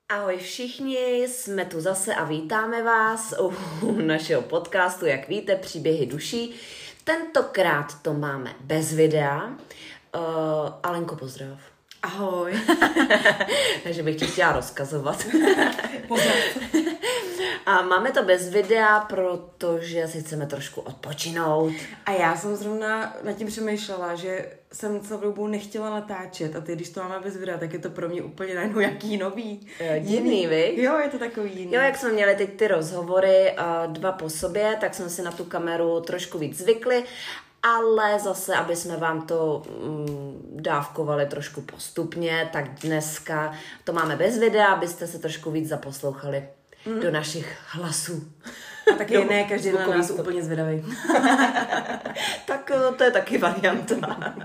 Ahoj všichni, jsme tu zase a vítáme vás u našeho podcastu, jak víte, Příběhy duší. Tentokrát to máme bez videa. Alenko, pozdrav. Ahoj. Takže bych ti chtěla rozkazovat. Pozdrav. A máme to bez videa, protože si chceme trošku odpočinout. A já jsem zrovna nad tím přemýšlela, že jsem celou dobu nechtěla natáčet a ty, když to máme bez videa, tak je to pro mě úplně najednou jaký nový. Divný, vy? Jo, je to takový jiný. Jo, jak jsme měli teď ty rozhovory, dva po sobě, tak jsme si na tu kameru trošku víc zvykli, ale zase, aby jsme vám to dávkovali trošku postupně, tak dneska to máme bez videa, abyste se trošku víc zaposlouchali do našich hlasů. A taky ne, každý na nás úplně zvědavý. Tak to je taky varianta.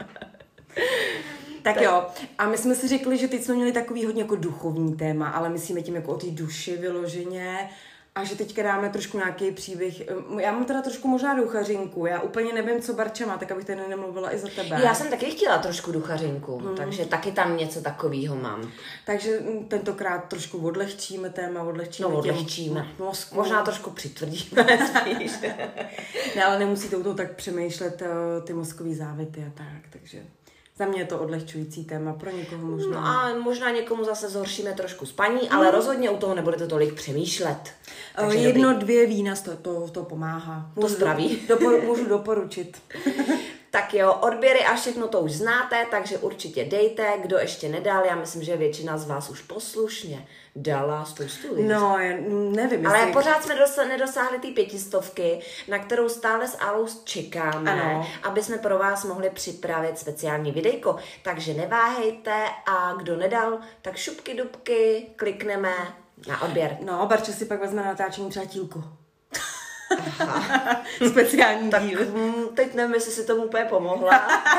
Tak jo, a my jsme si řekli, že teď jsme měli takový hodně jako duchovní téma, ale myslíme tím jako o té duši vyloženě a že teďka dáme trošku nějaký příběh. Já mám teda trošku možná duchařinku, já úplně nevím, co Barča má, tak abych tady nemluvila i za tebe. Já jsem taky chtěla trošku duchařinku, takže taky tam něco takového mám. Takže tentokrát trošku odlehčíme téma, odlehčíme. Mozku. Možná trošku přitvrdíme spíš. Ne, ale nemusíte u toho tak přemýšlet ty mozkový závity a tak, takže za mě je to odlehčující téma, pro někoho možná. No a možná někomu zase zhoršíme trošku spaní, ale rozhodně u toho nebudete tolik přemýšlet. Takže 1-2 vína to pomáhá. To spraví. Můžu doporučit. Tak jo, odběry a všechno to už znáte, takže určitě dejte. Kdo ještě nedal, já myslím, že většina z vás už poslušně dala spoustu lidí. No, já nevím. Ale pořád jsme nedosáhli ty 500, na kterou stále s Alou čekáme, ano. Aby jsme pro vás mohli připravit speciální videjko. Takže neváhejte a kdo nedal, tak šupky dubky, klikneme na odběr. No, Barča si pak vezme na natáčení třeba tílku. Speciální díl. Teď nevím, jestli si tomu úplně pomohla.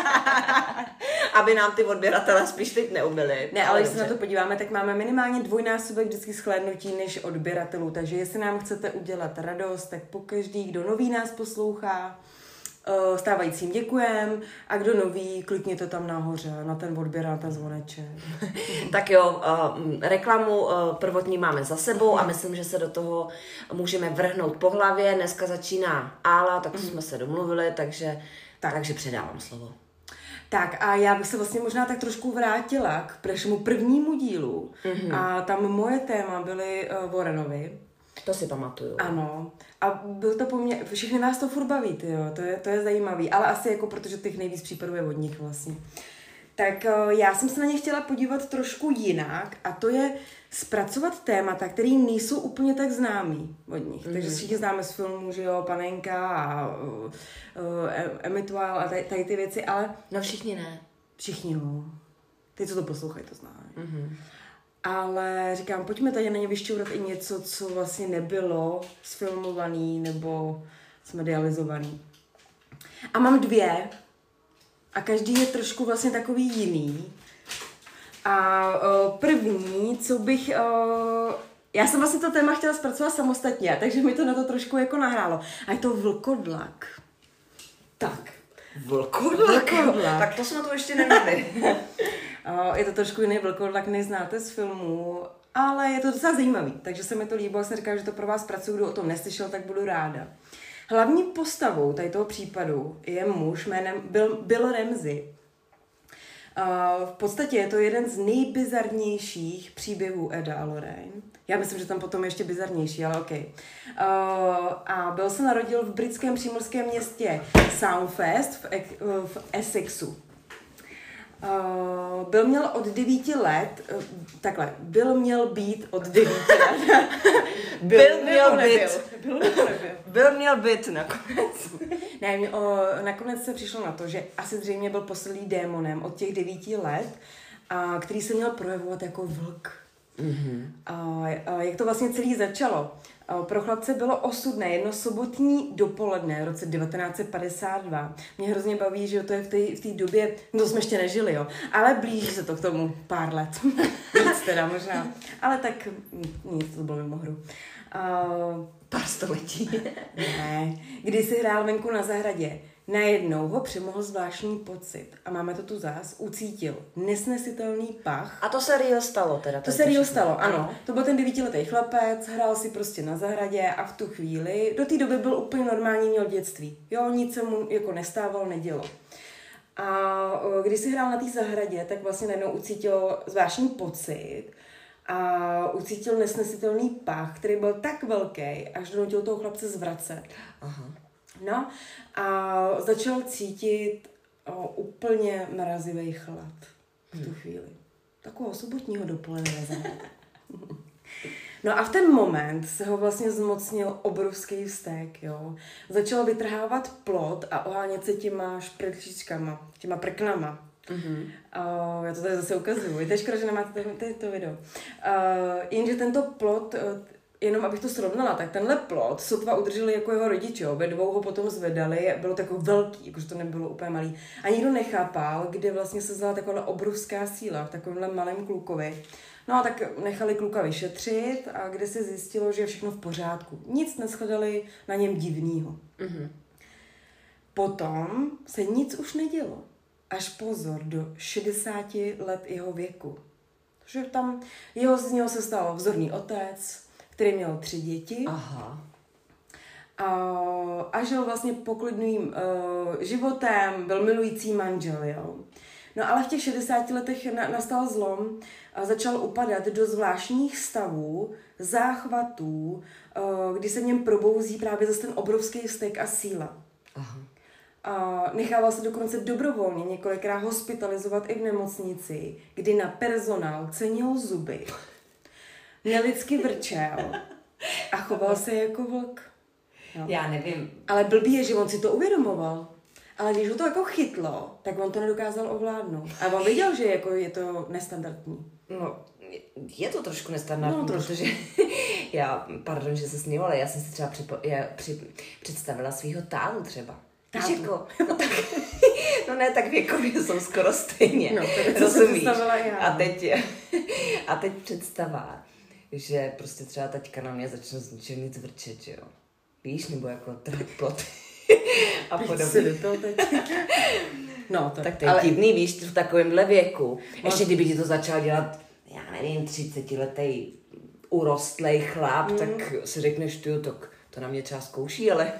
Aby nám ty odběratele spíš teď neubili. Ne, ale když se na to podíváme, tak máme minimálně dvojnásobek vždycky shlédnutí než odběratelů. Takže jestli nám chcete udělat radost, tak pokaždý, kdo nový nás poslouchá, stávajícím děkujem a kdo nový, klikněte tam nahoře na ten odběr, na ten zvoneček. Tak jo, reklamu prvotní máme za sebou a myslím, že se do toho můžeme vrhnout po hlavě. Dneska začíná Ála, tak jsme se domluvili, takže předávám slovo. Tak a já bych se vlastně možná tak trošku vrátila k našemu prvnímu dílu. A tam moje téma byly Warrenovi. To si pamatuju. Ano. A byl to po mně, všechny nás to furt baví, to je zajímavý, ale asi jako protože těch nejvíc případů je od nich vlastně. Tak já jsem se na ně chtěla podívat trošku jinak a to je zpracovat témata, které nejsou úplně tak známý od nich. Takže všichni známe z filmů, že jo, Panenka a Emituál a tady ty věci, ale... No všichni ne. Všichni no. Ty, co to poslouchají, to znají. Ale říkám, pojďme tady na ně vyšťourat i něco, co vlastně nebylo sfilmovaný nebo zmedializovaný. A mám 2 a každý je trošku vlastně takový jiný. A první, co bych... já jsem vlastně to téma chtěla zpracovat samostatně, takže mi to na to trošku jako nahrálo. A je to vlkodlak. Tak. Vlkodlak. Tak to jsme to ještě neměli. Je to trošku jiný vlkodlak, než znáte z filmu, ale je to docela zajímavý, takže se mi to líbilo, jsem říkala, že to pro vás pracuji, kdo o tom neslyšel, tak budu ráda. Hlavní postavou tady toho případu je muž jménem Bill Ramsey. V podstatě je to jeden z nejbizarnějších příběhů Eda a Lorraine. Já myslím, že tam potom je ještě bizarnější, ale OK. A Bill se narodil v britském přímořském městě Soundfest v Essexu. Byl měl od 9 let, Bill měl být od 9 let. Byl měl být nakonec. Ne, nakonec se přišlo na to, že asi zřejmě byl poslý démonem od těch 9 let, který se měl projevovat jako vlk. A jak to vlastně celý začalo? Pro chlapce bylo osudné jedno sobotní dopoledne v roce 1952. Mě hrozně baví, že to je v té době, to jsme ještě nežili, jo, ale blíží se to k tomu pár let. Víc teda možná. Ale tak nic, to bylo mimo hru. Pár století. Ne, kdy si hrál venku na zahradě. Najednou ho přemohl zvláštní pocit a máme to tu zás, ucítil nesnesitelný pach. A to se real stalo teda? To se real stalo, ano. To byl ten 9letý chlapec, hrál si prostě na zahradě a v tu chvíli, do té doby byl úplně normální, měl dětství. Jo, nic se mu jako nestávalo, nedělo. A když si hrál na té zahradě, tak vlastně najednou ucítil zvláštní pocit a ucítil nesnesitelný pach, který byl tak velký, až donutil toho chlapce zvracet. Aha. No a začal cítit úplně mrazivý chlad v tu chvíli. Takového sobotního dopoledne na zahradě. No a v ten moment se ho vlastně zmocnil obrovský vztek, jo. Začal vytrhávat plot a ohánět se těma šprchlíčkama, těma prknama. Já to tady zase ukazuju. To je škoda, že nemáte to video. Jenže tento plot, jenom abych to srovnala, tak tenhle plot sotva udrželi jako jeho rodiče, jo. Ve dvou ho potom zvedali, bylo to jako velký, jakože to nebylo úplně malý. A nikdo nechápal, kde vlastně se vzala taková obrovská síla v takovémhle malém klukovi. No a tak nechali kluka vyšetřit a kde se zjistilo, že je všechno v pořádku. Nic neshledali na něm divného. Potom se nic už nedělo. Až pozor, do 60 let jeho věku. Že tam z něho se stal vzorný otec, který měl 3 děti. Aha. A žil vlastně poklidným životem, byl milující manžel, jo. No ale v těch 60 letech nastal zlom a začal upadat do zvláštních stavů, záchvatů, kdy se v něm probouzí právě zase ten obrovský vztek a síla. Aha. A nechával se dokonce dobrovolně několikrát hospitalizovat i v nemocnici, kdy na personál cenil zuby, nelidsky vrčel a choval se jako vlk. No. Já nevím. Ale blbý je, že on si to uvědomoval. Ale když ho to jako chytlo, tak on to nedokázal ovládnout. A on věděl, že jako je to nestandardní. No, je to trošku nestandardní, trošku. Protože pardon, že se sněhu, ale já jsem si třeba představila svýho tátu třeba. Tátu? Jako, no ne, tak věkově jsou skoro stejně. No, to rozumíš? Já. A teď představa, že prostě třeba taťka na mě začne z ničeho nic vrčet, že jo. Víš, nebo jako trhat plot. A podobně. No, tak to je divný, víš, v takovémhle věku. Ještě kdyby ti to začal dělat, já nevím, 30letý urostlej chlap, tak si řekneš, tak to na mě třeba zkouší, ale...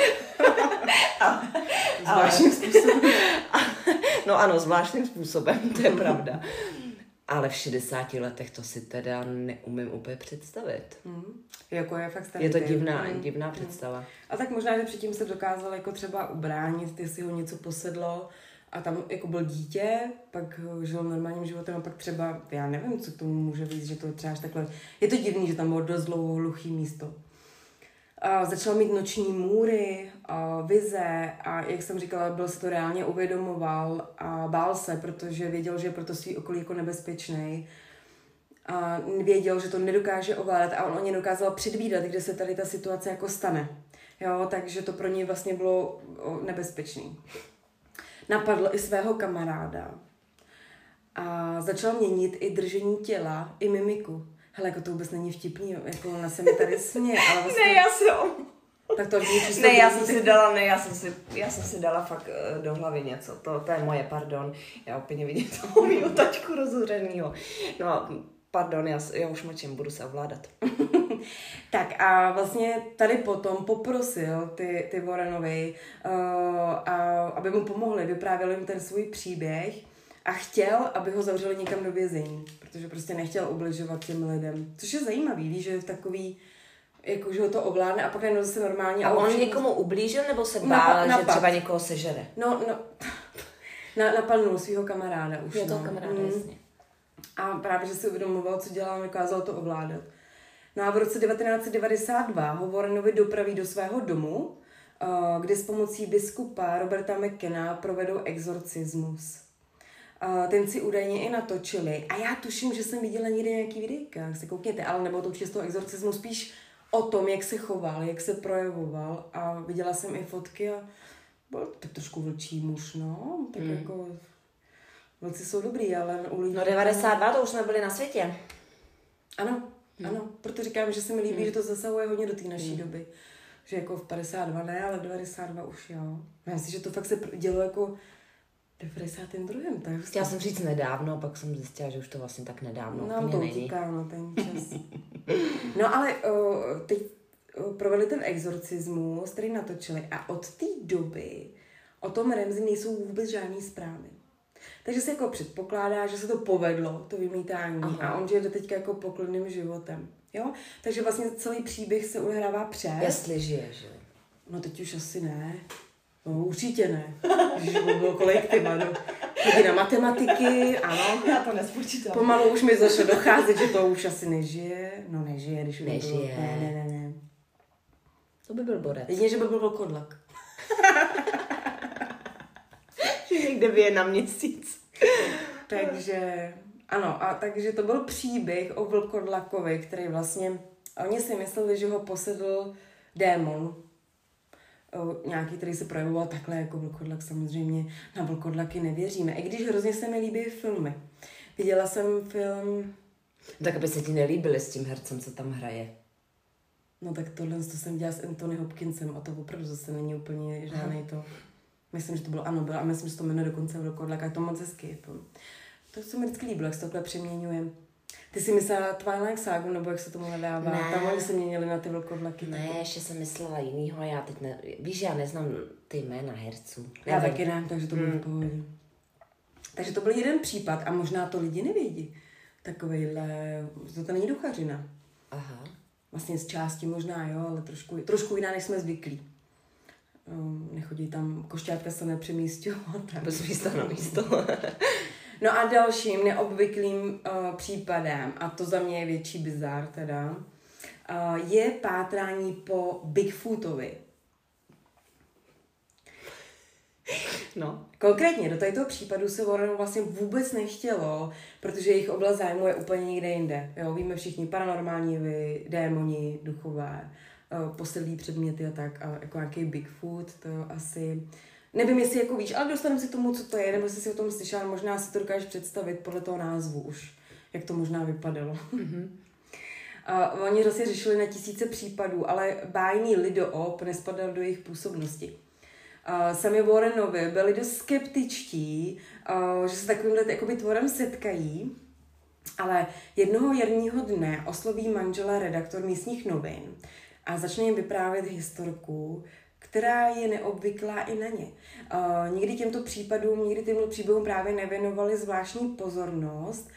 Zvláštním způsobem. No ano, zvláštním způsobem, to je pravda. Ale v 60 letech to si teda neumím úplně představit. Jako je fakt je to divná představa. A tak možná, že předtím se dokázal jako třeba ubránit, jestli ho něco posedlo a tam jako byl dítě, pak žil normálním životem a pak třeba, já nevím, co k tomu může být, že to třeba až takhle... Je to divný, že tam bylo dost dlouho hluchý místo. A začal mít noční můry, vize a jak jsem říkala, byl si to reálně uvědomoval a bál se, protože věděl, že je pro to svý okolí jako nebezpečný. A věděl, že to nedokáže ovládat a on o ně dokázal předvídat, kde se tady ta situace jako stane. Jo, takže to pro něj vlastně bylo nebezpečný. Napadl i svého kamaráda a začal měnit i držení těla, i mimiku. Hele, jako to vůbec není vtipný, jako ona se mi tady směje, ale vlastně... Ne, já jsem... Tak to já jsem si dala fakt do hlavy něco, to je moje, pardon. Já úplně vidím toho mýho tačku rozhořenýho. No, pardon, já už mlčím, budu se ovládat. Tak a vlastně tady potom poprosil ty Warrenovi, aby mu pomohli, vyprávěl jim ten svůj příběh a chtěl, aby ho zavřeli někam do vězení, protože prostě nechtěl ubližovat těm lidem. Což je zajímavý, víš, že je takový, jako, že ho to ovládne a pak najednou zase normálně. A on někomu ublížil nebo se bál, že třeba někoho sežere? No, napadnul svého kamaráda už. Je to kamaráda, jasně. A právě, že si uvědomoval, co dělá, dokázal to ovládat. No a v roce 1992 ho Warrenovi dopraví do svého domu, kde s pomocí biskupa Roberta McKenna provedou exorcismus. Ten si údajně i natočili. A já tuším, že jsem viděla někde nějaký videjka, se koukněte, ale nebo to určitě z toho exorcismu spíš o tom, jak se choval, jak se projevoval. A viděla jsem i fotky a byl tak trošku vlčí muž, no. Tak jako... Vlci jsou dobrý, ale u lidí... No 92, to už jsme byli na světě. Ano, proto říkám, že se mi líbí, že to zasahuje hodně do té naší doby. že jako v 52 ne, ale 92 už jo. Myslím si, že to fakt se dělo jako 92. Tak Já jsem říct nedávno, a pak jsem zjistila, že už to vlastně tak nedávno nám úplně to není. utíká na ten čas. No ale teď provedli ten exorcismus, který natočili a od té doby o tom Ramsey nejsou vůbec žádný zprávy. Takže se jako předpokládá, že se to povedlo, to vymítání. Aha. A on žije do teďka jako poklonným životem. Jo? Takže vlastně celý příběh se odehrává před. Jestli žije, že? No teď už asi ne. No určitě ne. Že by bylo kolik ty mano. Chodí na matematiky, ano. Já to nespočítám. Pomalu už mi začalo docházet, že to už asi nežije. No nežije, když už nežije. Ne. To by byl borec. Jedině, že by byl vlkodlak. Že někde vyje na měsíc. Takže, ano, a takže to byl příběh o vlkodlakovi, který vlastně, oni si mysleli, že ho posedl démon, nějaký, který se projevoval takhle jako vlkodlak, samozřejmě na vlkodlaky nevěříme, i když hrozně se mi líbí filmy. Viděla jsem film... Tak aby se ti nelíbily s tím hercem, co tam hraje. No tak tohle to jsem dělala s Anthony Hopkinsem a to opravdu zase není úplně žádnej to... Myslím, že to bylo Anabel a myslím, že to jmenuje dokonce vlkodlak a je to moc hezký. To se mi vždycky líbilo, jak se to takhle přeměňuje. Ty jsi myslela Twilight Sagu, nebo jak se tomu nadává? Ne. Tam oni se měnili na ty vlkodlaky. Ne, ještě jsem myslela jinýho a já teď ne... Víš, já neznám ty jména herců. Já taky ne, takže to bylo v pohodě. Takže to byl jeden případ a možná to lidi nevědí. Takovejhle, to není duchařina. Aha. Vlastně z části možná, jo, ale trošku jiná, než jsme zvyklí. Nechodí tam, košťátka se nepřemístěvala. Bez místa na místo. No a dalším neobvyklým případem, a to za mě je větší bizár teda, je pátrání po Bigfootovi. No. Konkrétně do tohoto případu se Warrenu vlastně vůbec nechtělo, protože jejich oblast zájmu je úplně někde jinde. Jo, víme všichni paranormální jevy, démoni, duchové, posedlí předměty a tak, a jako nějaký Bigfoot, to asi... Nevím, jestli jako víš, ale dostaneme si k tomu, co to je, nebo jestli si o tom slyšela, možná si to dokážeš představit podle toho názvu už, jak to možná vypadalo. Mm-hmm. Oni prostě řešili na tisíce případů, ale bájný lidoop nespadal do jejich působnosti. Sami Warrenovi byli dost skeptičtí, že se takovýmhle jakoby tvorem setkají, ale jednoho jarního dne osloví manžela redaktor místních novin a začne jim vyprávět historku, která je neobvyklá i na ně. Nikdy těmto příběhům právě nevěnovali zvláštní pozornost,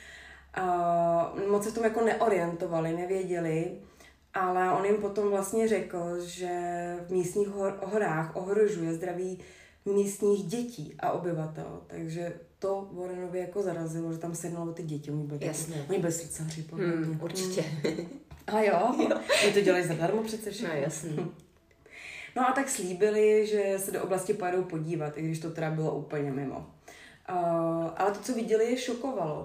moc se v tom jako neorientovali, nevěděli, ale on jim potom vlastně řekl, že v místních horách ohrožuje zdraví místních dětí a obyvatel, takže to Warrenovi jako zarazilo, že tam se jednalo o ty děti, oni byli srdcaři, určitě. A jo? Oni to dělají zadarmo přece všechno. No jasně. No a tak slíbili, že se do oblasti pojedou podívat, i když to teda bylo úplně mimo. Ale to, co viděli, je šokovalo.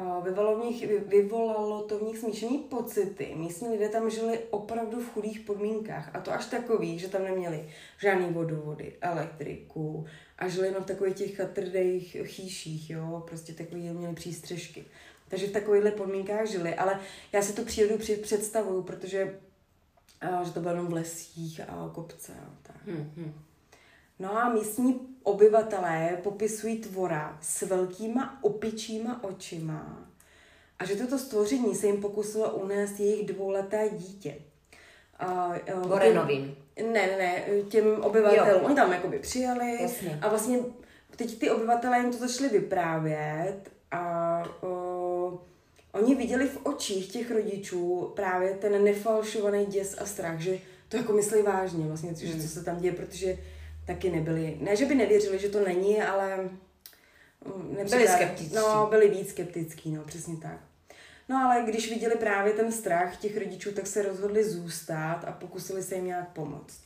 Vyvolalo to v nich smíšený pocity. Místní lidé tam žili opravdu v chudých podmínkách. A to až takový, že tam neměli žádný vodovody, elektriku a žili jenom v takových těch chatrných chýších, jo, prostě takový měli přístřežky. Takže v takovýchhle podmínkách žili, ale já si tu přírodu představuju, protože že to bylo jenom v lesích a kopce a tak. No a místní obyvatelé popisují tvora s velkýma opičíma očima a že toto stvoření se jim pokusilo unést jejich 2leté dítě. Warrenovým. Ne, těm obyvatelům. Oni tam jakoby přijeli. Jasně. A vlastně teď ty obyvatelé jim to začali vyprávět a oni viděli v očích těch rodičů právě ten nefalšovaný děs a strach, že to jako myslí vážně vlastně, že co se tam děje, protože taky nebyli, ne, že by nevěřili, že to není, ale byli skeptičtí. No, byli víc skeptický, no, přesně tak. No, ale když viděli právě ten strach těch rodičů, tak se rozhodli zůstat a pokusili se jim nějak pomoct.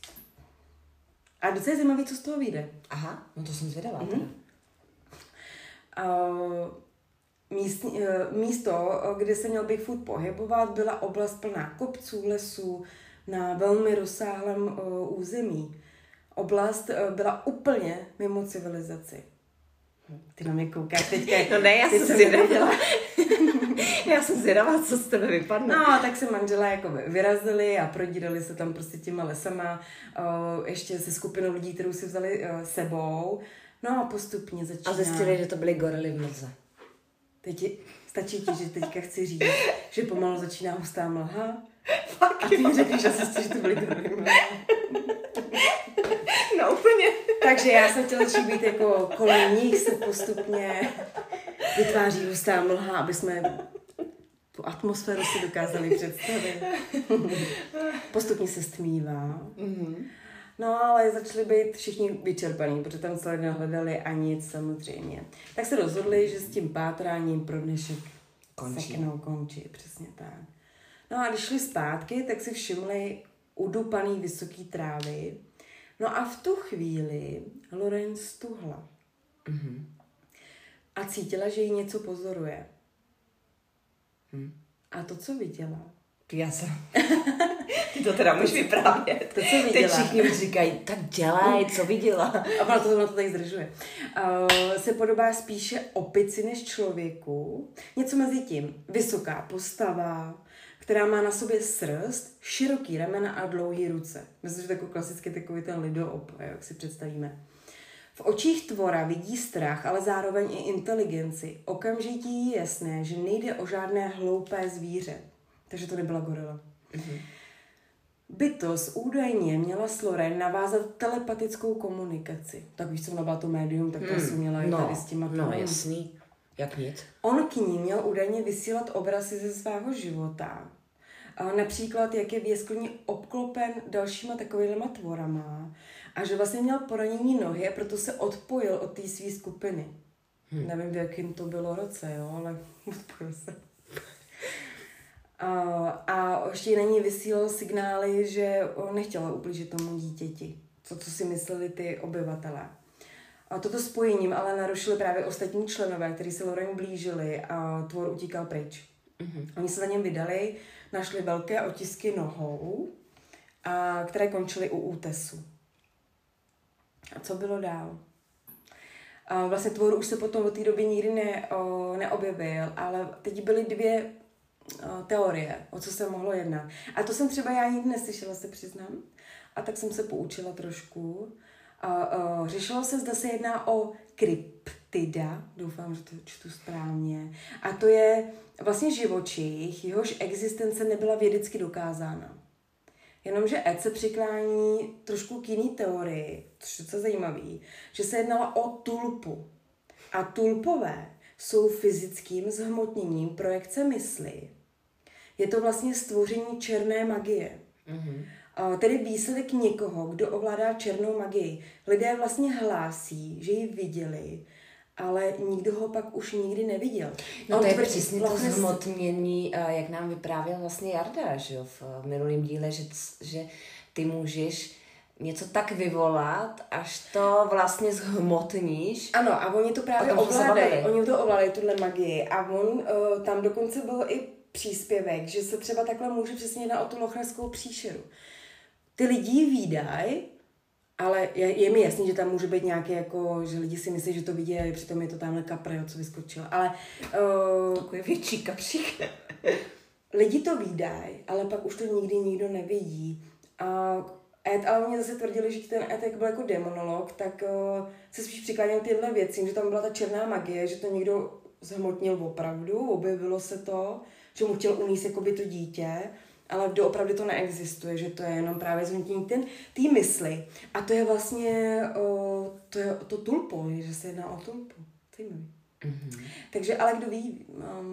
A docela je zajímavý, co z toho vyjde. Aha, no to jsem zvědavá. Místo, kde se měl Bigfoot pohybovat, byla oblast plná kopců, lesů, na velmi rozsáhlém území. Oblast byla úplně mimo civilizaci. Ty na mě koukáš teďka. No ne, já jsem si nevěděla. Já jsem zvědavá, co z tebe vypadne. No, tak se manželé jako vyrazili a prodírali se tam prostě těma lesama, ještě se skupinou lidí, kterou si vzali sebou. No a postupně začíná... A zjistili, že to byly gorily v mlze. Stačí ti, že teďka chci říct, že pomalu začíná hustá mlha. A ty mi řekneš, že zjistíš, že to byly gorily v mlze. No úplně. Takže já jsem chtěla začít být jako kolem nich se postupně vytváří hustá mlha, aby jsme tu atmosféru si dokázali představit. Postupně se stmívá. No ale začali být všichni vyčerpaní, protože tam celé nehledali a nic samozřejmě. Tak se rozhodli, že s tím pátráním pro dnešek končí, přesně tak. No a když šli zpátky, tak si všimli udupaný vysoký trávy. No a v tu chvíli Lorraine stuhla. A cítila, že jí něco pozoruje. A to, co viděla? Já jsem... Ty to teda můžeš vyprávět. To, co viděla. Teď všichni už říkají, tak dělej, co viděla. A ona to tady zdržuje. Se podobá spíše opici než člověku. Něco mezi tím. Vysoká postava, která má na sobě srst, široký ramena a dlouhý ruce. Myslím, že takový klasicky takový ten lidoop, jak si představíme. V očích tvora vidí strach, ale zároveň i inteligenci. Okamžitě je jasné, že nejde o žádné hloupé zvíře. Takže to nebyla gorila. Bytost údajně měla s Lorraine navázat telepatickou komunikaci. Tak víš, co ona byla to médium, tak to asi měla i tady s těma. No jasný, jak nic. On k ní měl údajně vysílat obrazy ze svého života. Například, jak je v jeskyni obklopen dalšíma takovýhlema tvorama. A že vlastně měl poranění nohy a proto se odpojil od té své skupiny. Nevím, v jakým to bylo roce, jo, ale odpojil se. A ještě na ní vysílal signály, že nechtěla ublížit tomu dítěti. Co si mysleli ty obyvatelé. A toto spojením ale narušili právě ostatní členové, kteří se Lorraine blížili a tvor utíkal pryč. Oni se za něm vydali, našli velké otisky nohou, které končily u útesu. A co bylo dál? Vlastně tvor už se potom od té doby nikdy neobjevil, ale teď byly dvě teorie, o co se mohlo jednat. A to jsem třeba já nikdy neslyšela, se přiznám. A tak jsem se poučila trošku. Řešilo se, zda se jedná o kryptida, doufám, že to čtu správně. A to je vlastně živočich, jehož existence nebyla vědecky dokázána. Jenomže Ed se přiklání trošku k jiný teorii, což je docela zajímavý, že se jednalo o tulpu. A tulpové jsou fyzickým zhmotněním projekce mysli. Je to vlastně stvoření černé magie. Tedy výsledek někoho, kdo ovládá černou magii. Lidé vlastně hlásí, že ji viděli, ale nikdo ho pak už nikdy neviděl. No to je přesně to zhmotnění, jak nám vyprávěl vlastně Jarda, že jo, v minulém díle, že ty můžeš něco tak vyvolat, až to vlastně zhmotníš. Ano, a oni to právě ovládají. Oni to ovládají, tuhle magii. A on tam dokonce byl i příspěvek, že se třeba takhle může přesně jednat o tu lochneskou příšeru. Ty lidi vídají, ale je mi jasný, že tam může být nějaké, jako, že lidi si myslí, že to vidějí, přitom je to tamhle kapra, co vyskočila. Ale takový větší kapřík. Lidi to vídají, ale pak už to nikdy nikdo nevidí. Ed, ale oni zase tvrdili, že ten Ed, jak byl jako demonolog, tak se spíš přikládal tyhle věci, že tam byla ta černá magie, že to někdo zhmotnil opravdu, objevilo se to, že mu chtěl unést jakoby to dítě, ale doopravdy to neexistuje, že to je jenom právě zhmotnění té mysli. A to je vlastně to tulpo, že se jedná o tulpu. Zajímavý. Takže, ale kdo ví,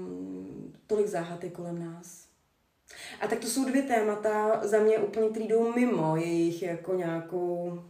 tolik záhad je kolem nás. A tak to jsou dvě témata za mě úplně, které jdou mimo jejich jako nějakou,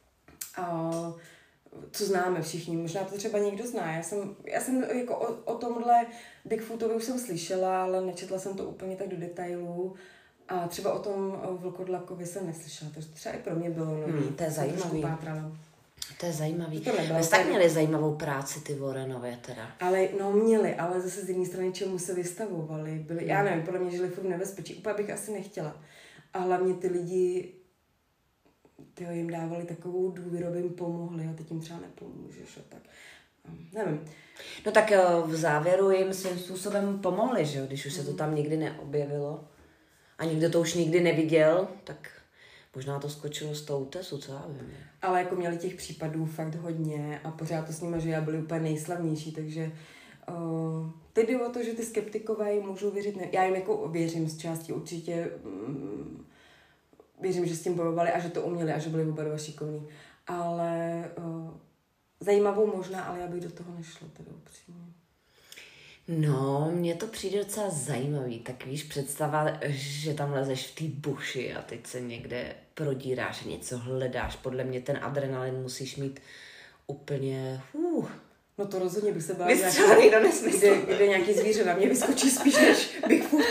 co známe všichni. Možná to třeba někdo zná. Já jsem jako o tomhle Bigfootovi už jsem slyšela, ale nečetla jsem to úplně tak do detailů. A třeba o tom vlkodlakovi jsem neslyšela, takže třeba i pro mě bylo nový. To je zajímavý. To je zajímavý. Vy tak měli zajímavou práci ty Warrenově teda. Ale měli, ale zase z jedné strany čemu se vystavovali. Já nevím, podle mě žili furt v nebezpečí. Úplně bych asi nechtěla. A hlavně ty lidi jim dávali takovou důvěru, aby jim pomohli a teď jim třeba nepomůžeš a tak. nevím. No tak v závěru jim svým způsobem pomohli, že jo, když už se to tam nikdy neobjevilo a nikdo to už nikdy neviděl, tak možná to skočilo z toho útesu, co já vím. Ale jako měli těch případů fakt hodně a pořád to s nimi, že já byli úplně nejslavnější, takže teď jde o to, že ty skeptikové jim můžou věřit. Já jim jako věřím z části určitě, věřím, že s tím bojovali a že to uměli a že byli oba dva šikovní. Ale zajímavou možná, ale já bych do toho nešla teda upřímně. No, mně to přijde docela zajímavý, tak víš, představa, že tam lezeš v té buši a teď se někde prodíráš, něco hledáš, podle mě ten adrenalin musíš mít úplně, No to rozhodně bych se bála, vystřelený do nesmyslu. Kde nějaký zvíře na mě vyskočí spíš než Bigfoot.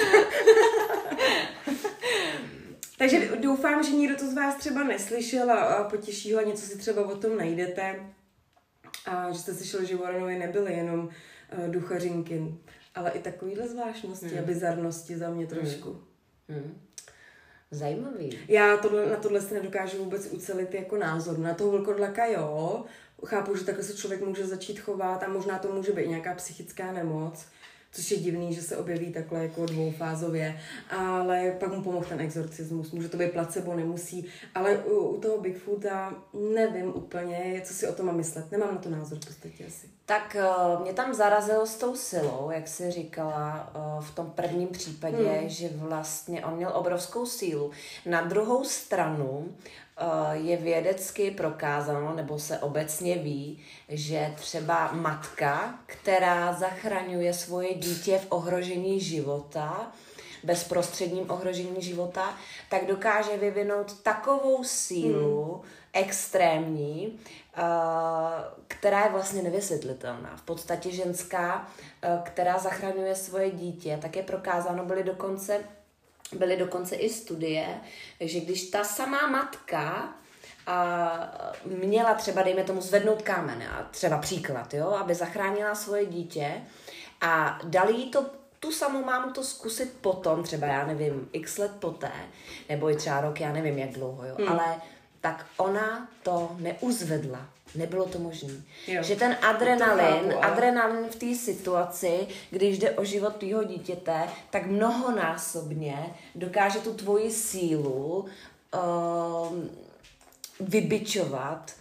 Takže doufám, že nikdo to z vás třeba neslyšel a potěší ho a něco si třeba o tom najdete. A že jste slyšeli, že Warrenovi nebyly jenom duchařinky, ale i takovýhle zvláštnosti a bizarnosti za mě trošku. Zajímavý. Já na tohle si nedokážu vůbec ucelit jako názor. Na toho vlkodlaka jo, chápu, že takhle se člověk může začít chovat a možná to může být nějaká psychická nemoc, což je divný, že se objeví takhle jako dvoufázově, ale pak mu pomohl ten exorcismus. Může to být placebo, nemusí, ale u toho Bigfoota nevím úplně, co si o tom mám myslet. Nemám na to názor v podstatě asi. Tak mě tam zarazilo s tou silou, jak jsi říkala v tom prvním případě, že vlastně on měl obrovskou sílu. Na druhou stranu je vědecky prokázáno, nebo se obecně ví, že třeba matka, která zachraňuje svoje dítě v ohrožení života, bezprostředním ohrožení života, tak dokáže vyvinout takovou sílu extrémní, která je vlastně nevysvětlitelná. V podstatě ženská, která zachraňuje svoje dítě, tak je prokázáno, byly dokonce i studie, že když ta samá matka měla třeba, dejme tomu, zvednout kámen, a třeba příklad, jo, aby zachránila svoje dítě a dali jí tu samou mámu to zkusit potom, třeba já nevím, x let poté, nebo i třeba rok, já nevím, jak dlouho, jo, ale tak ona to neuzvedla. Nebylo to možné. Že ten adrenalin v té situaci, když jde o život tvýho dítěte, tak mnohonásobně dokáže tu tvoji sílu vybičovat,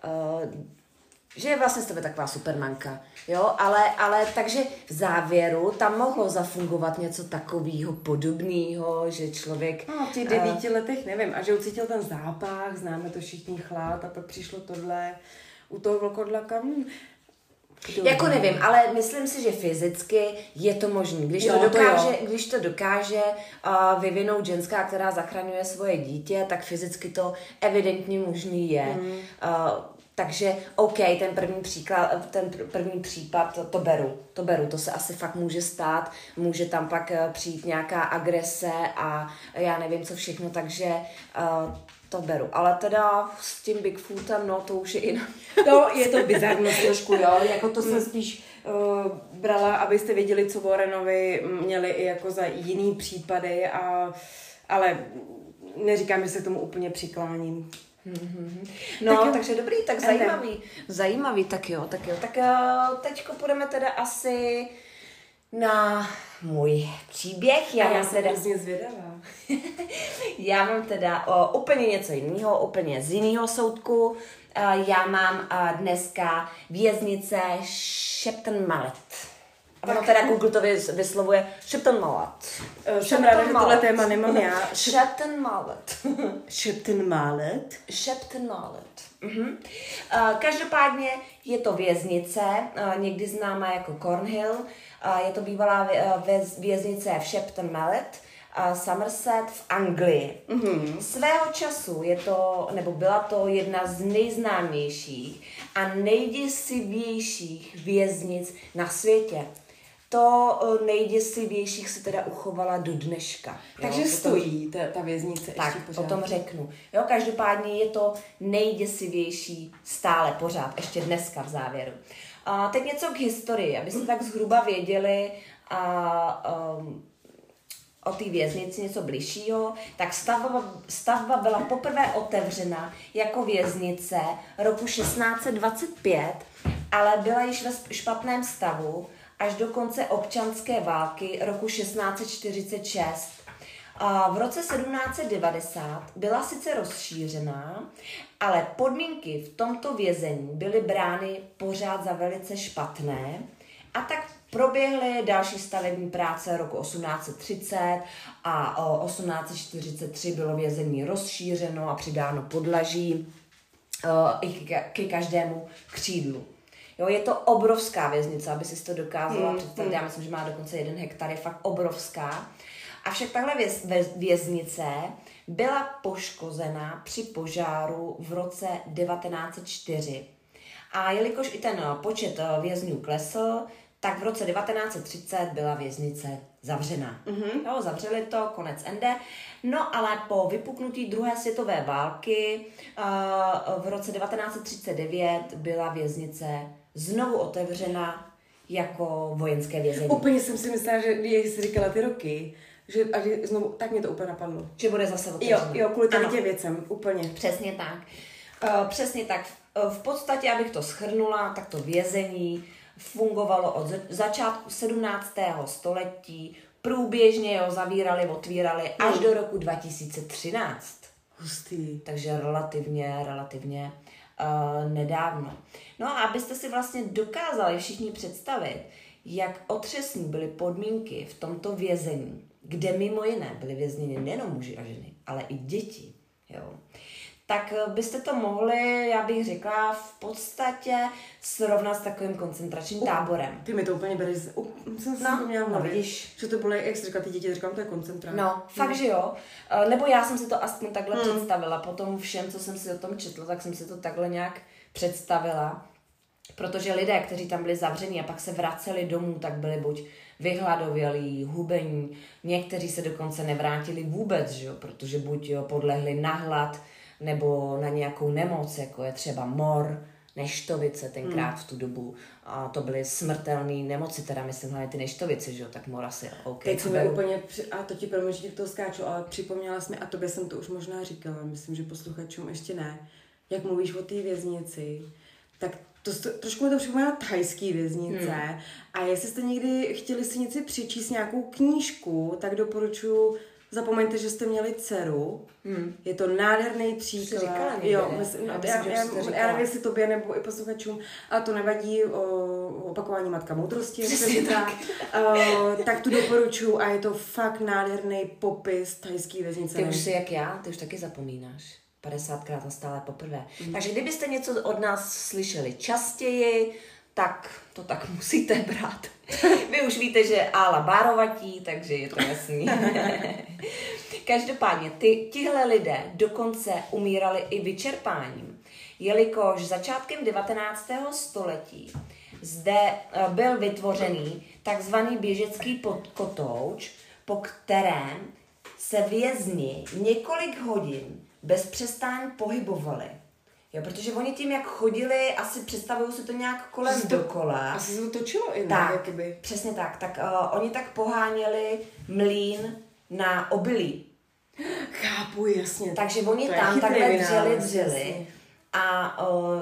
že je vlastně z tebe taková supermanka, jo, ale takže v závěru tam mohlo zafungovat něco takového podobného, že člověk... No, v těch 9 letech nevím, a že ucítil ten zápach, známe to všichni, chlad, a pak přišlo tohle, u toho vlkodlaka, jako nevím, ale myslím si, že fyzicky je to možné. Když to dokáže vyvinout ženská, která zachraňuje svoje dítě, tak fyzicky to evidentně možný je. Takže OK, ten první případ to beru, to se asi fakt může stát, může tam pak přijít nějaká agrese a já nevím co všechno, takže to beru. Ale teda s tím Bigfootem, no to už je jinak. To je to bizarnost trošku, jo, jako to jsem spíš brala, abyste věděli, co Warrenovi měli i jako za jiný případy, ale neříkám, že se tomu úplně přikláním. No, takže dobrý, tak zajímavý, tak jo. Tak teďko půjdeme teda asi na můj příběh. Já jsem hrozně zvědavá. Já mám teda úplně něco jiného, úplně z jiného soudku. Já mám dneska věznice Shepton Mallet. A ono teda Google to vyslovuje Shepton Mallet. Jsem ráda, že tohle téma nemám já. Shepton Mallet. Shepton Mallet? Shepton Mallet. Každopádně je to věznice, někdy známá jako Cornhill. Je to bývalá věznice v Shepton Mallet, Somerset v Anglii. Svého času byla to jedna z nejznámějších a nejděsivějších věznic na světě. To nejděsivějších se teda uchovala do dneška. Takže stojí ta věznice tak, ještě pořád. O tom řeknu. Jo, každopádně je to nejděsivější stále pořád, ještě dneska v závěru. Teď něco k historii, abyste tak zhruba věděli o té věznici něco bližšího, tak stavba byla poprvé otevřena jako věznice roku 1625 ale byla již ve špatném stavu až do konce občanské války roku 1646. V roce 1790 byla sice rozšířená, ale podmínky v tomto vězení byly brány pořád za velice špatné a tak proběhly další stavební práce roku 1830 a 1843 bylo vězení rozšířeno a přidáno podlaží i ke každému křídlu. Jo, je to obrovská věznice, aby si to dokázala představit. Já myslím, že má dokonce 1 hektar, je fakt obrovská. Avšak tahle věznice byla poškozena při požáru v roce 1904. A jelikož i ten počet vězňů klesl, tak v roce 1930 byla věznice zavřena. Jo, zavřeli to, konec ende. No ale po vypuknutí druhé světové války v roce 1939 byla věznice znovu otevřena jako vojenské vězení. Úplně jsem si myslela, že když jsi říkala ty roky, že znovu, tak mě to úplně napadlo. Že bude zase otevřená. Jo, kvůli těm věcem, úplně. Přesně tak. Přesně tak. V podstatě, abych to shrnula, tak to vězení fungovalo od začátku 17. století, průběžně ho zavírali, otvírali až do roku 2013. Hustý. Takže relativně nedávno. No a abyste si vlastně dokázali všichni představit, jak otřesní byly podmínky v tomto vězení, kde mimo jiné byly vězněni nejenom muži a ženy, ale i děti, jo. Tak byste to mohli, já bych řekla, v podstatě srovnat s takovým koncentračním táborem. Ty mi to úplně bereš, No, vidíš. Že to bylo, jak jsi říkala, ty děti, říkám, to je koncentrát. No, fakt, že jo. Nebo já jsem si to aspoň takhle představila. Po tom všem, co jsem si o tom četla, tak jsem si to takhle nějak představila. Protože lidé, kteří tam byli zavření a pak se vraceli domů, tak byli buď vyhladovělí, hubení, někteří se dokonce nevrátili vůbec, že jo? Protože buď podlehli na hlad, nebo na nějakou nemoc, jako je třeba mor, neštovice tenkrát v tu dobu. A to byly smrtelné nemoci, teda myslím hlavně ty neštovice, že jo, tak mor asi OK. Teď jsme úplně, a to ti promiň, že ti v toho skáču, ale připomněla jsi mi, a tobě jsem to už možná říkala, myslím, že posluchačům ještě ne, jak mluvíš o té věznici, tak trošku mi to připomíná thajský věznice. A jestli jste někdy chtěli si něco přečíst, nějakou knížku, tak doporučuji. Zapomeňte, že jste měli dceru. Je to nádherný příklad. Jo, já nevím, jestli tobě nebo i posluchačům, ale to nevadí, opakování matka moudrosti. Tak tu doporučuji a je to fakt nádherný popis thajský věznice. Ty už jsi jak já, ty už taky zapomínáš. 50krát a stále poprvé. Takže kdybyste něco od nás slyšeli častěji, tak to tak musíte brát. Vy už víte, že Ála bárovatí, takže je to jasný. Každopádně, tihle lidé dokonce umírali i vyčerpáním, jelikož začátkem 19. století zde byl vytvořený takzvaný běžecký kotouč, po kterém se vězni několik hodin bez přestání pohybovali. Jo, protože oni tím, jak chodili, asi představují si to nějak kolem dokola. Asi se to točilo i tak, jakoby. Přesně tak. Tak oni tak poháněli mlýn na obilí. Chápu, jasně. Takže oni tam takhle dřeli. A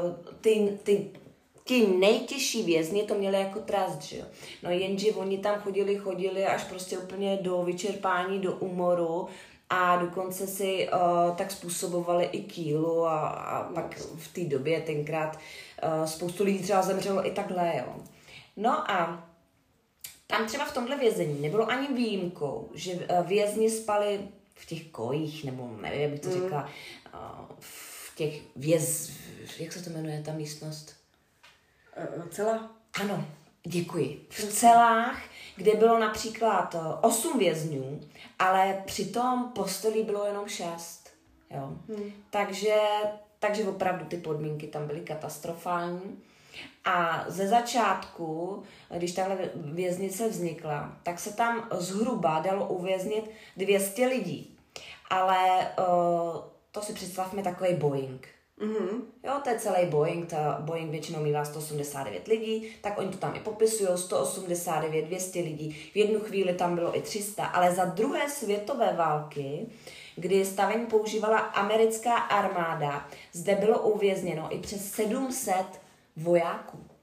ti nejtěžší vězni to měli jako trest, že jo. No jenže oni tam chodili až prostě úplně do vyčerpání, do úmoru. A dokonce si tak způsobovali i kýlu a pak v té době tenkrát spoustu lidí třeba zemřelo i takhle, jo. No a tam třeba v tomhle vězení nebylo ani výjimkou, že vězni spali v těch kojích, nebo nevím, jak bych to řekla, v těch jak se to jmenuje ta místnost? Cela? Ano, děkuji. V celách, kde bylo například 8 vězňů, ale přitom postelí bylo jenom 6. Jo. Takže opravdu ty podmínky tam byly katastrofální. A ze začátku, když tahle věznice vznikla, tak se tam zhruba dalo uvěznit 200 lidí. Ale to si představme takový Boeing. Jo, to je celý Boeing, Boeing většinou mívá 189 lidí, tak oni to tam i popisují, 189, 200 lidí, v jednu chvíli tam bylo i 300, ale za druhé světové války, kdy stavení používala americká armáda, zde bylo uvězněno i přes 700 vojáků.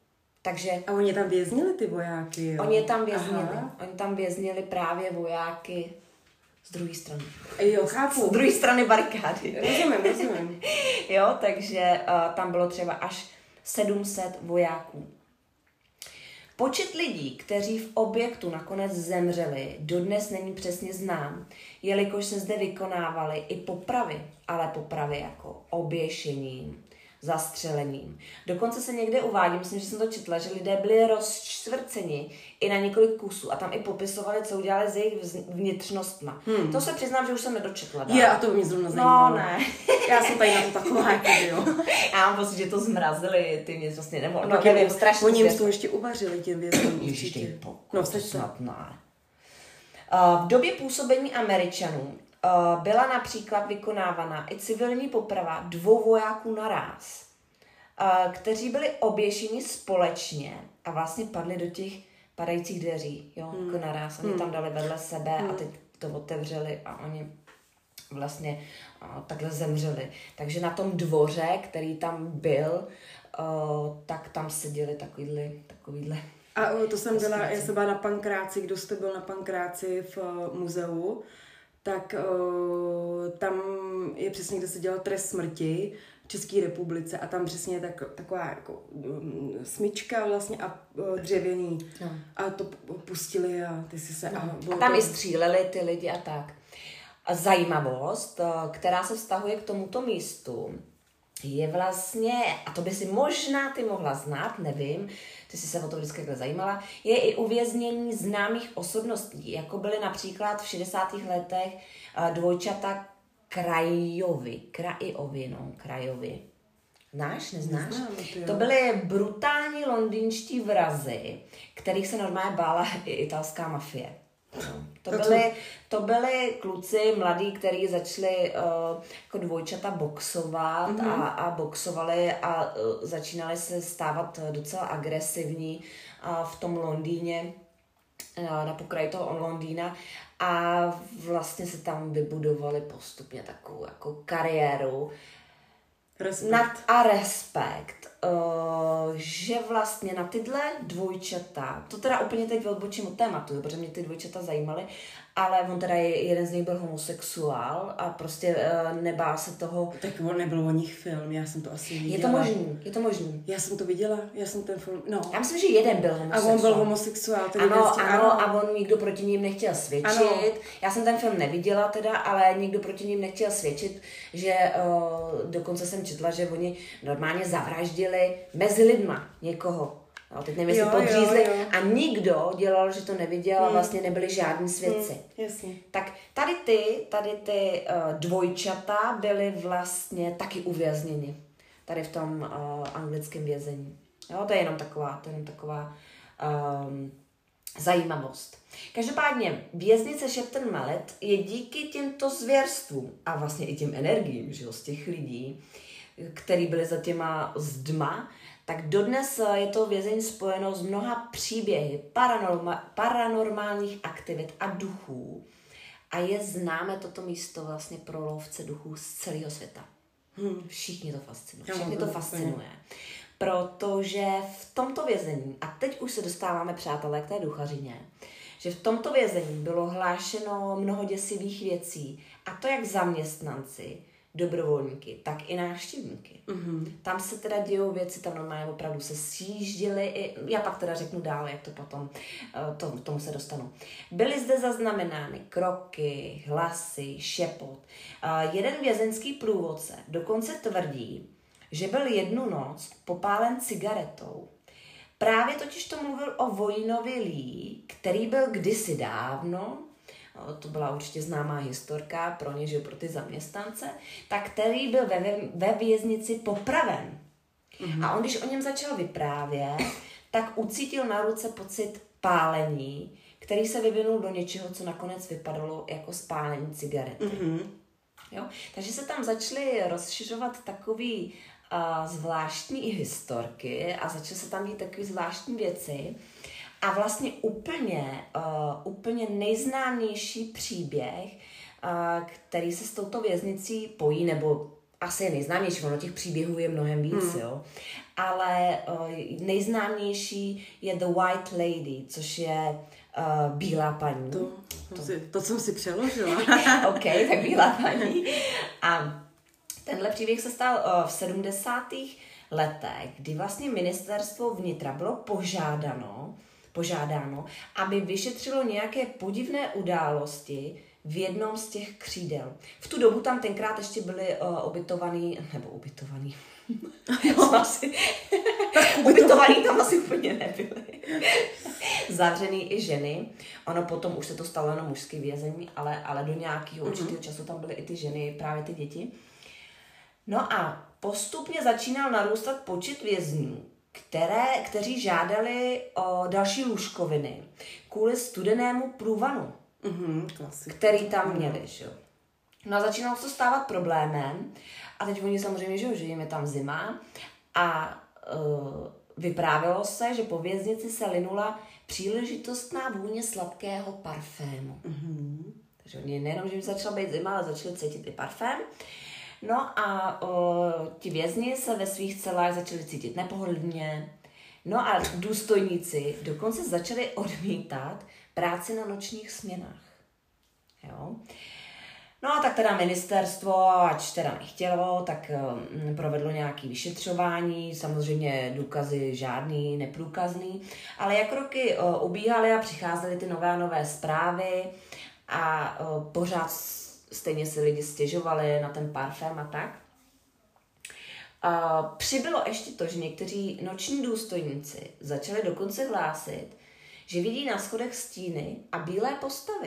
Takže... A oni tam věznili ty vojáky, jo? Oni tam věznili právě vojáky z druhé strany. Jo, chápu. Z druhé strany barikády. Rozumím. Jo, takže tam bylo třeba až 700 vojáků. Počet lidí, kteří v objektu nakonec zemřeli, dodnes není přesně znám, jelikož se zde vykonávaly i popravy, ale popravy jako oběšením, zastřelením. Dokonce se někde uvádí, myslím, že jsem to četla, že lidé byli rozčtvrceni i na několik kusů a tam i popisovali, co udělali s jejich vnitřnostma. To se přiznám, že už jsem nedočetla. Je, a to by mě zrovna zajímalo. No, ne. Já jsem tady na to taková, jako jo. Já mám pocit, že to zmrazili ty vnitřnosti, nebo no, nevím, strašně. Oni jim to ještě uvařili těm vězňům. Ježiště, no, snad ne. V době působení Američanů byla například vykonávána i civilní poprava 2 vojáků naráz, kteří byli oběšeni společně a vlastně padli do těch padajících dveří, jo, jako naráz. Oni tam dali vedle sebe a teď to otevřeli a oni vlastně takhle zemřeli. Takže na tom dvoře, který tam byl, tak tam seděli takovýhle. A to jsem byla, já jsem byla na Pankráci, kdo jste byl na Pankráci v muzeu, tak tam je přesně, kde se dělal trest smrti v České republice a tam přesně taková jako smyčka vlastně a dřevěný a to pustili a ty si se... A tam to... i stříleli ty lidi a tak. A zajímavost, která se vztahuje k tomuto místu, je vlastně, a to by si možná ty mohla znát, nevím, ty jsi se o to vždycky takhle zajímala, je i uvěznění známých osobností, jako byly například v 60. letech dvojčata Krajovi. Znáš, neznáš? Neznám, to byly brutální londýnští vrazi, kterých se normálně bála i italská mafie. No. To byli kluci mladí, kteří začali jako dvojčata boxovat a boxovali a začínali se stávat docela agresivní v tom Londýně, na pokraji toho Londýna a vlastně se tam vybudovali postupně takovou jako kariéru. Respekt, že vlastně na tyhle dvojčata, to teda úplně teď odbočím od tématu, protože mě ty dvojčata zajímaly, ale on teda jeden z nich byl homosexuál a prostě nebál se toho. Tak on nebyl o nich film, já jsem to asi viděla. Je to možný. Já jsem to viděla, já jsem ten film, no. Já myslím, že jeden byl homosexuál. A on byl homosexuál. Ano, a on nikdo proti ním nechtěl svědčit. Ano. Já jsem ten film neviděla teda, ale nikdo proti ním nechtěl svědčit, že dokonce jsem četla, že oni normálně zavraždili mezi lidma někoho. No, teď nevím, jestli podřízli a nikdo dělal, že to neviděl a vlastně nebyli žádní svědci. Jasně. Tak tady ty dvojčata byly vlastně taky uvězněni tady v tom anglickém vězení. Jo, to je jenom taková zajímavost. Každopádně věznice Shepton Mallet je díky těmto zvěrstvům a vlastně i těm energiím, že jo, z těch lidí, který byli za těma zdma, tak dodnes je to vězení spojeno s mnoha příběhy paranormálních aktivit a duchů a je známé toto místo vlastně pro lovce duchů z celého světa. Všichni to fascinuje. Protože v tomto vězení, a teď už se dostáváme, přátelé, k té duchařině, že v tomto vězení bylo hlášeno mnoho děsivých věcí, a to jak zaměstnanci, dobrovolníky, tak i návštěvníky. Tam se teda dějou věci, tam normálně opravdu se sjížděly, já pak teda řeknu dál, jak to potom, tomu se dostanu. Byly zde zaznamenány kroky, hlasy, šepot. Jeden vězeňský průvodce dokonce tvrdí, že byl jednu noc popálen cigaretou. Právě totiž to mluvil o Waynovi Lee, který byl kdysi dávno, to byla určitě známá historka pro ně, že pro ty zaměstnance, tak který byl ve věznici popraven. A on, když o něm začal vyprávět, tak ucítil na ruce pocit pálení, který se vyvinul do něčeho, co nakonec vypadalo jako spálení cigarety. Jo? Takže se tam začaly rozšiřovat takový zvláštní historky a začaly se tam dít takové zvláštní věci. A vlastně úplně nejznámější příběh, který se s touto věznicí pojí, nebo asi nejznámější, ono těch příběhů je mnohem víc, jo. Ale nejznámější je The White Lady, což je bílá paní. To jsem si přeložila. OK, tak bílá paní. A tenhle příběh se stal v 70. letech, kdy vlastně ministerstvo vnitra bylo požádáno, aby vyšetřilo nějaké podivné události v jednom z těch křídel. V tu dobu tam tenkrát ještě byly ubytovaný tam asi úplně nebyly. Zavřený i ženy. Ono potom už se to stalo jenom mužský vězení, ale do nějakého určitého času tam byly i ty ženy, právě ty děti. No a postupně začínal narůstat počet vězňů, kteří žádali o další lůžkoviny kvůli studenému průvanu, který tam měli. Že? No a začínalo se to stávat problémem a teď oni samozřejmě, že jim je tam zima a vyprávělo se, že po věznici se linula příležitostná vůně sladkého parfému. Takže oni nejenom, že by začala být zima, ale začali cítit i parfém. No a ti vězni se ve svých celách začali cítit nepohodlně. No a důstojníci dokonce začali odmítat práci na nočních směnách. Jo? No a tak teda ministerstvo, ač teda nechtělo, tak provedlo nějaké vyšetřování, samozřejmě důkazy žádný, neprůkazný, ale jak roky ubíhaly a přicházely ty nové zprávy a pořád stejně si lidi stěžovali na ten parfém a tak. Přibylo ještě to, že někteří noční důstojníci začali dokonce hlásit, že vidí na schodech stíny a bílé postavy.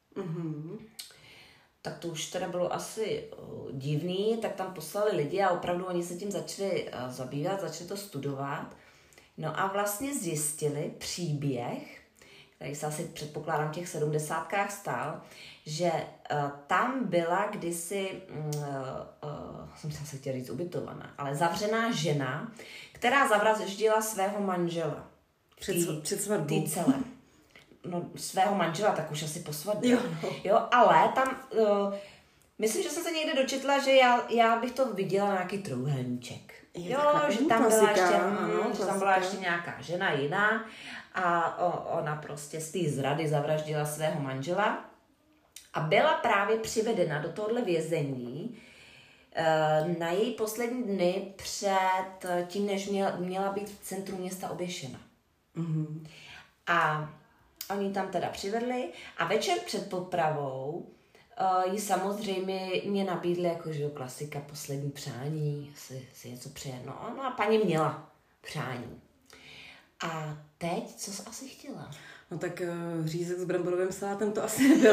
Tak to už teda bylo asi divný, tak tam poslali lidi a opravdu oni se tím začali zabývat, začali to studovat. No a vlastně zjistili příběh, který se asi předpokládám v těch 70kách stál, že tam byla kdysi, jsem se chtěla říct ubytovaná, ale zavřená žena, která zavraždila svého manžela. Před svatbou. Celé. No, svého manžela, tak už asi po svatbě. Jo, ale tam, myslím, že jsem se někde dočetla, že já bych to viděla na nějaký trouhelníček. Jo, že tam byla ještě, že tam byla ještě nějaká žena jiná a ona prostě z té zrady zavraždila svého manžela a byla právě přivedena do tohohle vězení na její poslední dny před tím, než měla být v centru města oběšena. A oni tam teda přivedli a večer před popravou jí samozřejmě mě nabídli jako, že klasika, poslední přání, si něco přeje. No a paní měla přání. A teď, co jsi asi chtěla? No tak řízek s bramborovým salátem to asi nebyl.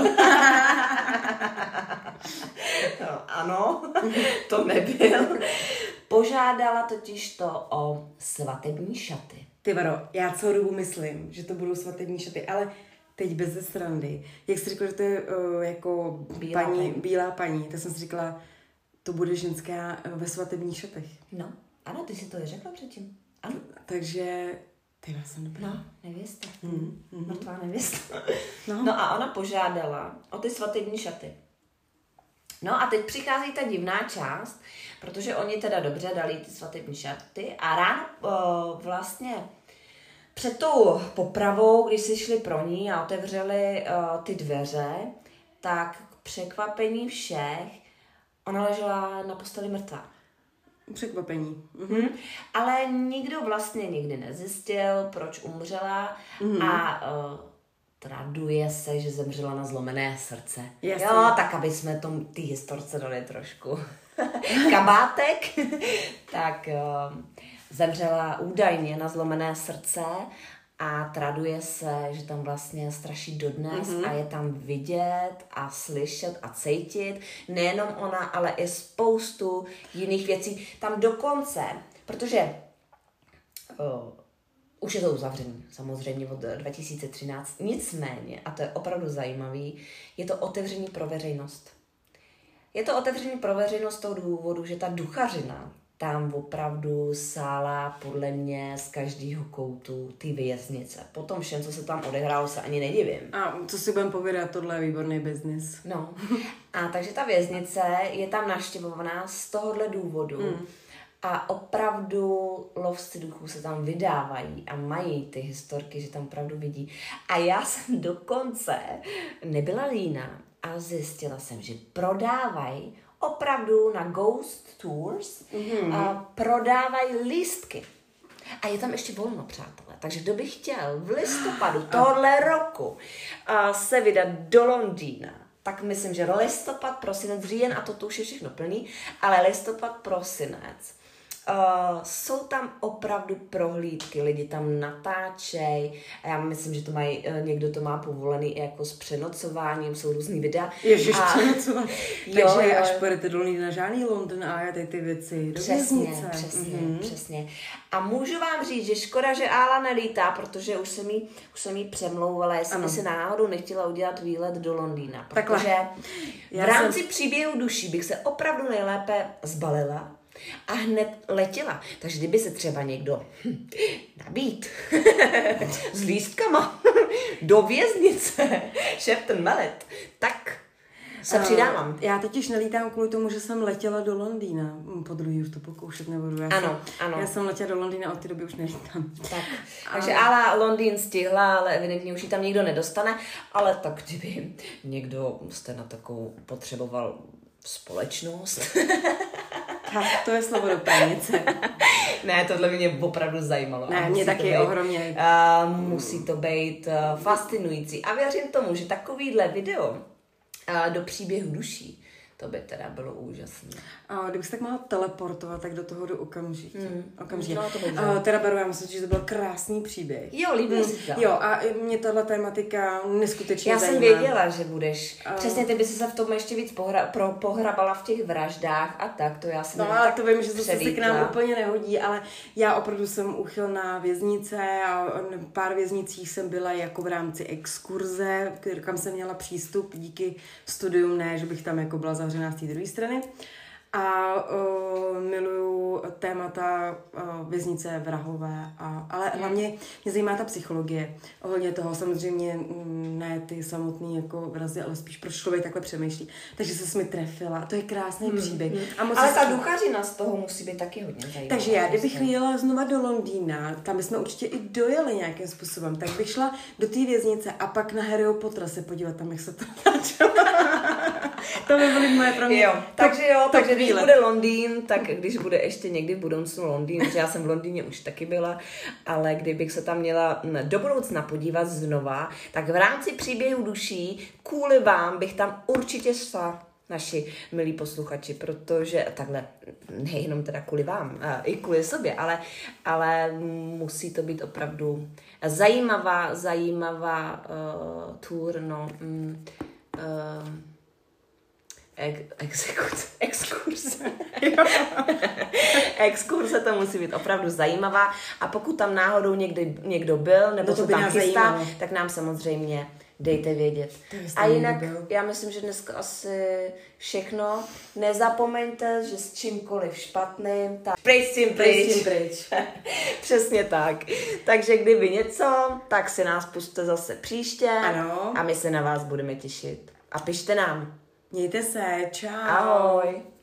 No, ano, to nebyl. Požádala totiž to o svatební šaty. Ty Varo, já celou dobu myslím, že to budou svatební šaty, ale teď bez srandy. Jak jsi řekla, že to je jako bílá paní, tak jsem si říkala, to bude ženská ve svatebních šatech. No, ano, ty si to je řekla předtím. Ano. Takže, já jsem dobrá. No, nevěsta. Mrtvá nevěsta. No a ona požádala o ty svatební šaty. No a teď přichází ta divná část, protože oni teda dobře dali ty svatební šaty a ráno vlastně před tou popravou, když si šli pro ní a otevřeli ty dveře, tak k překvapení všech ona ležela na posteli mrtvá. Překvapení. Ale nikdo vlastně nikdy nezjistil, proč umřela a traduje se, že zemřela na zlomené srdce. Jasně. Jo, tak aby jsme ty historce dali trošku kabátek, tak zemřela údajně na zlomené srdce a traduje se, že tam vlastně straší dodnes a je tam vidět a slyšet a cítit. Nejenom ona, ale i spoustu jiných věcí. Tam dokonce, protože už je to uzavřený, samozřejmě od 2013. Nicméně, a to je opravdu zajímavý, je to otevřený pro veřejnost. Je to otevřený pro veřejnost z toho důvodu, že ta duchařina tam opravdu sála podle mě z každého koutu ty věznice. Potom všem, co se tam odehrálo, se ani nedivím. A co si budeme povědat, tohle je výborný biznis. No. A takže ta věznice je tam navštěvovaná z tohohle důvodu. A opravdu lovci duchů se tam vydávají a mají ty historky, že tam opravdu vidí. A já jsem dokonce nebyla líná a zjistila jsem, že prodávají opravdu na Ghost Tours a prodávají lístky. A je tam ještě volno, přátelé. Takže kdo by chtěl v listopadu tohohle roku se vydat do Londýna, tak myslím, že listopad, prosinec, říjen, a to už je všechno plný, ale listopad, prosinec. Jsou tam opravdu prohlídky, lidi tam natáčej a já myslím, že to mají, někdo to má povolený i jako s přenocováním, jsou různý videa. Ježiš, přenocování. Takže až pojedete do Londýna, žádný London a ty věci do věznice. Přesně. A můžu vám říct, že škoda, že Ála nelítá, protože už jsem jí přemlouvala, jestli by si náhodou nechtěla udělat výlet do Londýna. Protože v rámci příběhu duší bych se opravdu nejlépe zbalila a hned letěla. Takže kdyby se třeba někdo nabít s lístkama do věznice, šéf ten Melet, tak se přidávám. Já totiž nelítám kvůli tomu, že jsem letěla do Londýna. Po druhý už to pokoušet nebudu. Ano. Já jsem letěla do Londýna, od té doby už nelítám. Takže Ála Londýn stihla, ale evidentně už ji tam nikdo nedostane. Ale tak kdyby někdo jste na takovou potřeboval společnost. Tak, to je slovo do pranice. Ne, tohle mě opravdu zajímalo. Ne, mě taky ohromně. Musí to být fascinující. A věřím tomu, že takovýhle video do příběhu duší, to by teda bylo úžasné. A kdybych se tak mohla teleportovat, tak do toho jdu okamžitě. No, to teda beru, já myslím, že to byl krásný příběh. Jo, líbí si to. Jo, a mě tahle tematika neskutečně zajímá. Já jsem věděla, že budeš. Přesně, ty by se v tom ještě víc pohrabala v těch vraždách a tak, to já jsem no, ale to vím, že zase se k nám úplně nehodí, ale já opravdu jsem uchylná věznice a pár věznicích jsem byla jako v rámci exkurze, kam jsem měla přístup díky studium, ne, že bych tam jako byla zavřená z té druhé strany. A miluju témata věznice, vrahové, ale hlavně mě zajímá ta psychologie. Ohledně toho samozřejmě ne ty samotný jako vrazy, ale spíš proč člověk takhle přemýšlí. Takže se mi trefila. To je krásný příběh. Ale ta duchařina z toho musí být taky hodně zajímavá. Takže já, kdybych jela znova do Londýna, tam bychom určitě i dojeli nějakým způsobem, tak bych šla do té věznice a pak na Harryho Pottera se podívat tam, jak se to natáčelo. To by byly moje pro mě. Jo, takže když bude Londýn, tak když bude ještě někdy v budoucnu Londýn, protože já jsem v Londýně už taky byla, ale kdybych se tam měla do budoucna podívat znova, tak v rámci příběhu duší kvůli vám bych tam určitě šla, naši milí posluchači, protože takhle, nejenom teda kvůli vám, i kvůli sobě, ale musí to být opravdu zajímavá tour, no. Exkurze to musí být opravdu zajímavá a pokud tam náhodou někdo byl nebo se tam chystá, tak nám samozřejmě dejte vědět. A jinak já myslím, že dneska asi všechno. Nezapomeňte, že s čímkoliv špatným, tak pryč. Přesně tak. Takže kdyby něco, tak si nás pusťte zase příště. Ano. A my se na vás budeme těšit. A pište nám. Mějte se, čau. Ahoj.